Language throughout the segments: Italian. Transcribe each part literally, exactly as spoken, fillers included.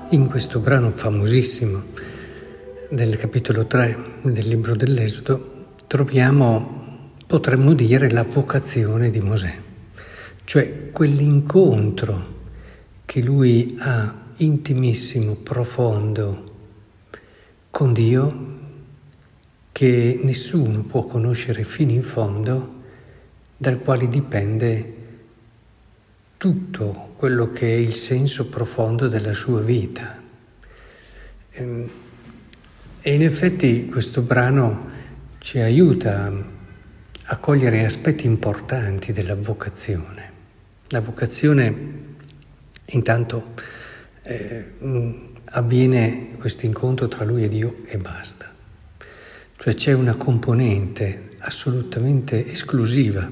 In questo brano famosissimo del capitolo tre del libro dell'Esodo troviamo, potremmo dire, la vocazione di Mosè, cioè quell'incontro che lui ha intimissimo, profondo con Dio, che nessuno può conoscere fino in fondo, dal quale dipende tutto quello che è il senso profondo della sua vita. E in effetti questo brano ci aiuta a cogliere aspetti importanti della vocazione. La vocazione, intanto, eh, avviene questo incontro tra lui e Dio e basta. Cioè c'è una componente assolutamente esclusiva,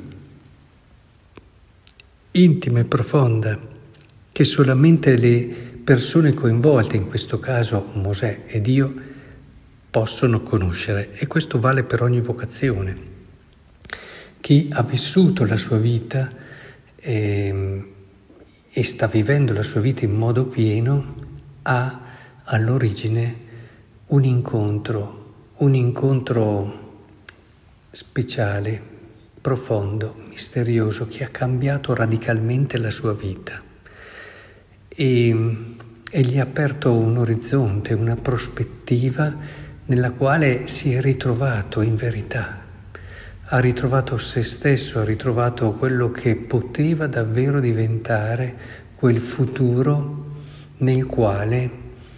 intima e profonda, che solamente le persone coinvolte, in questo caso Mosè e Dio, possono conoscere. E questo vale per ogni vocazione. Chi ha vissuto la sua vita e, e sta vivendo la sua vita in modo pieno ha all'origine un incontro, un incontro speciale, profondo, misterioso, che ha cambiato radicalmente la sua vita e, e gli ha aperto un orizzonte, una prospettiva nella quale si è ritrovato in verità. Ha ritrovato se stesso, ha ritrovato quello che poteva davvero diventare quel futuro nel quale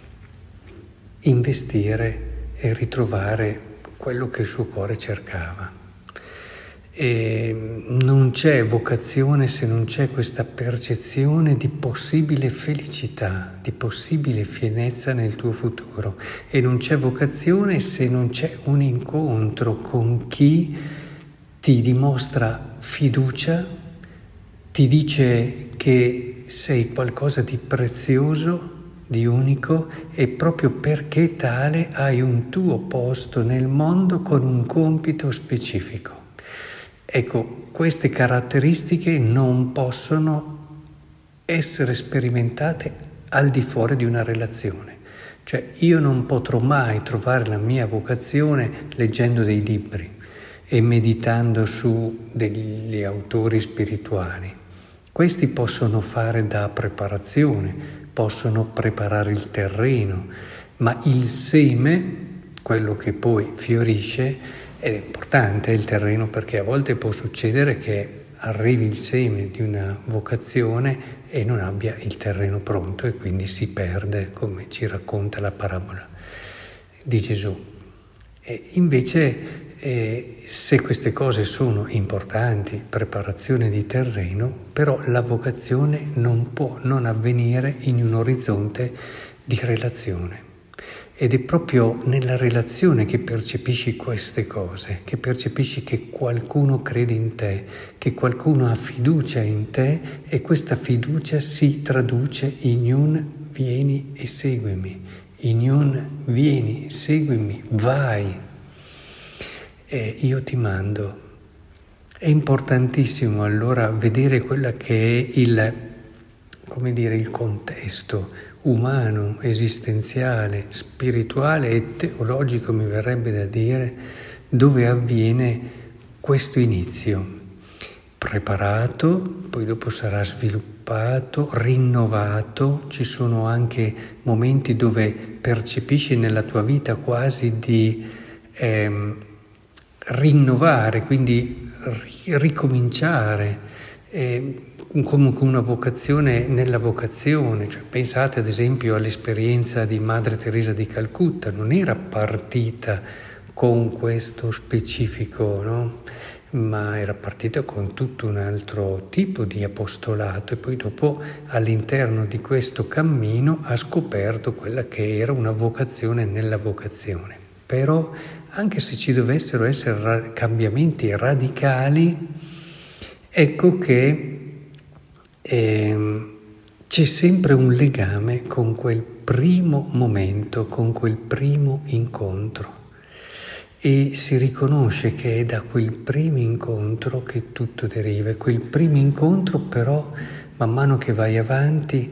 investire e ritrovare quello che il suo cuore cercava. E non c'è vocazione se non c'è questa percezione di possibile felicità, di possibile pienezza nel tuo futuro. E non c'è vocazione se non c'è un incontro con chi ti dimostra fiducia, ti dice che sei qualcosa di prezioso, di unico, e proprio perché tale hai un tuo posto nel mondo con un compito specifico. Ecco, queste caratteristiche non possono essere sperimentate al di fuori di una relazione. Cioè io non potrò mai trovare la mia vocazione leggendo dei libri e meditando su degli autori spirituali. Questi possono fare da preparazione, possono preparare il terreno, ma il seme, quello che poi fiorisce, è importante il terreno, perché a volte può succedere che arrivi il seme di una vocazione e non abbia il terreno pronto e quindi si perde, come ci racconta la parabola di Gesù. E invece eh, se queste cose sono importanti, preparazione di terreno, però la vocazione non può non avvenire in un orizzonte di relazione. Ed è proprio nella relazione che percepisci queste cose, che percepisci che qualcuno crede in te, che qualcuno ha fiducia in te, e questa fiducia si traduce in un vieni e seguimi, in un vieni, seguimi, vai, e io ti mando. È importantissimo allora vedere quella che è il, come dire, il contesto umano, esistenziale, spirituale e teologico, mi verrebbe da dire, dove avviene questo inizio. Preparato, poi dopo sarà sviluppato, rinnovato. Ci sono anche momenti dove percepisci nella tua vita quasi di ehm, rinnovare, quindi ri- ricominciare, eh, comunque una vocazione nella vocazione. Cioè, pensate ad esempio all'esperienza di Madre Teresa di Calcutta, non era partita con questo specifico, no? Ma era partita con tutto un altro tipo di apostolato, e poi dopo all'interno di questo cammino ha scoperto quella che era una vocazione nella vocazione. Però anche se ci dovessero essere ra- cambiamenti radicali, ecco che eh, c'è sempre un legame con quel primo momento, con quel primo incontro, e si riconosce che è da quel primo incontro che tutto deriva. Quel primo incontro però, man mano che vai avanti,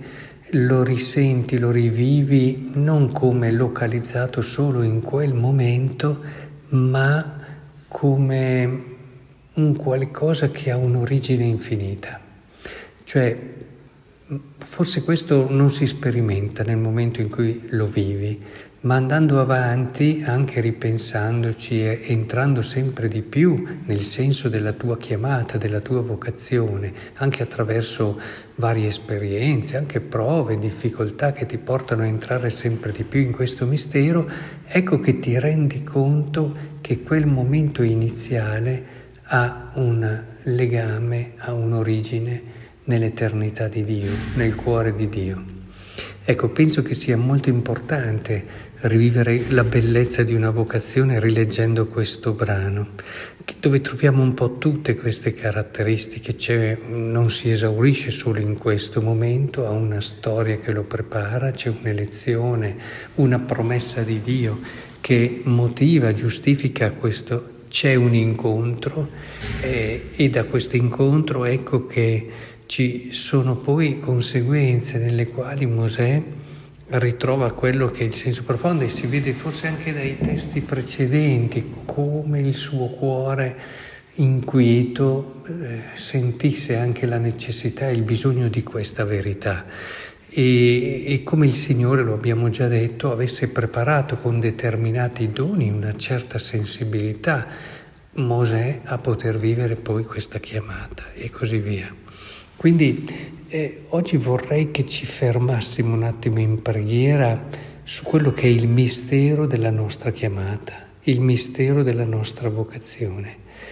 lo risenti, lo rivivi non come localizzato solo in quel momento, ma come un qualcosa che ha un'origine infinita. Cioè, forse questo non si sperimenta nel momento in cui lo vivi, ma andando avanti, anche ripensandoci e entrando sempre di più nel senso della tua chiamata, della tua vocazione, anche attraverso varie esperienze, anche prove, difficoltà che ti portano a entrare sempre di più in questo mistero, ecco che ti rendi conto che quel momento iniziale ha un legame, ha un'origine nell'eternità di Dio, nel cuore di Dio. Ecco, penso che sia molto importante rivivere la bellezza di una vocazione rileggendo questo brano, dove troviamo un po' tutte queste caratteristiche. C'è, non si esaurisce solo in questo momento, ha una storia che lo prepara, c'è un'elezione, una promessa di Dio che motiva, giustifica questo. C'è un incontro eh, e da questo incontro ecco che ci sono poi conseguenze nelle quali Mosè ritrova quello che è il senso profondo, e si vede forse anche dai testi precedenti come il suo cuore inquieto eh, sentisse anche la necessità e il bisogno di questa verità, e, e come il Signore, lo abbiamo già detto, avesse preparato con determinati doni una certa sensibilità Mosè a poter vivere poi questa chiamata e così via. Quindi eh, oggi vorrei che ci fermassimo un attimo in preghiera su quello che è il mistero della nostra chiamata, il mistero della nostra vocazione,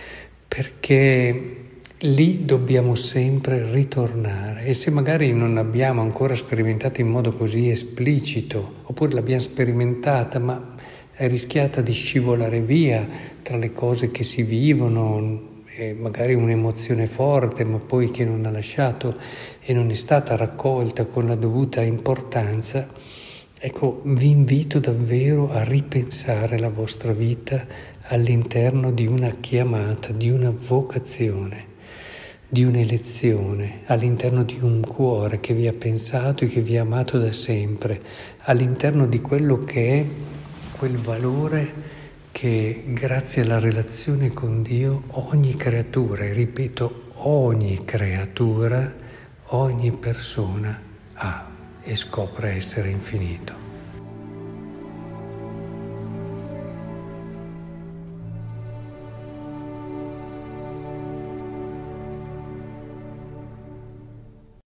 perché lì dobbiamo sempre ritornare, e se magari non abbiamo ancora sperimentato in modo così esplicito, oppure l'abbiamo sperimentata ma è rischiata di scivolare via tra le cose che si vivono, e magari un'emozione forte ma poi che non ha lasciato e non è stata raccolta con la dovuta importanza, ecco, vi invito davvero a ripensare la vostra vita all'interno di una chiamata, di una vocazione, di un'elezione, all'interno di un cuore che vi ha pensato e che vi ha amato da sempre, all'interno di quello che è quel valore che grazie alla relazione con Dio ogni creatura, e ripeto ogni creatura, ogni persona ha e scopre essere infinito.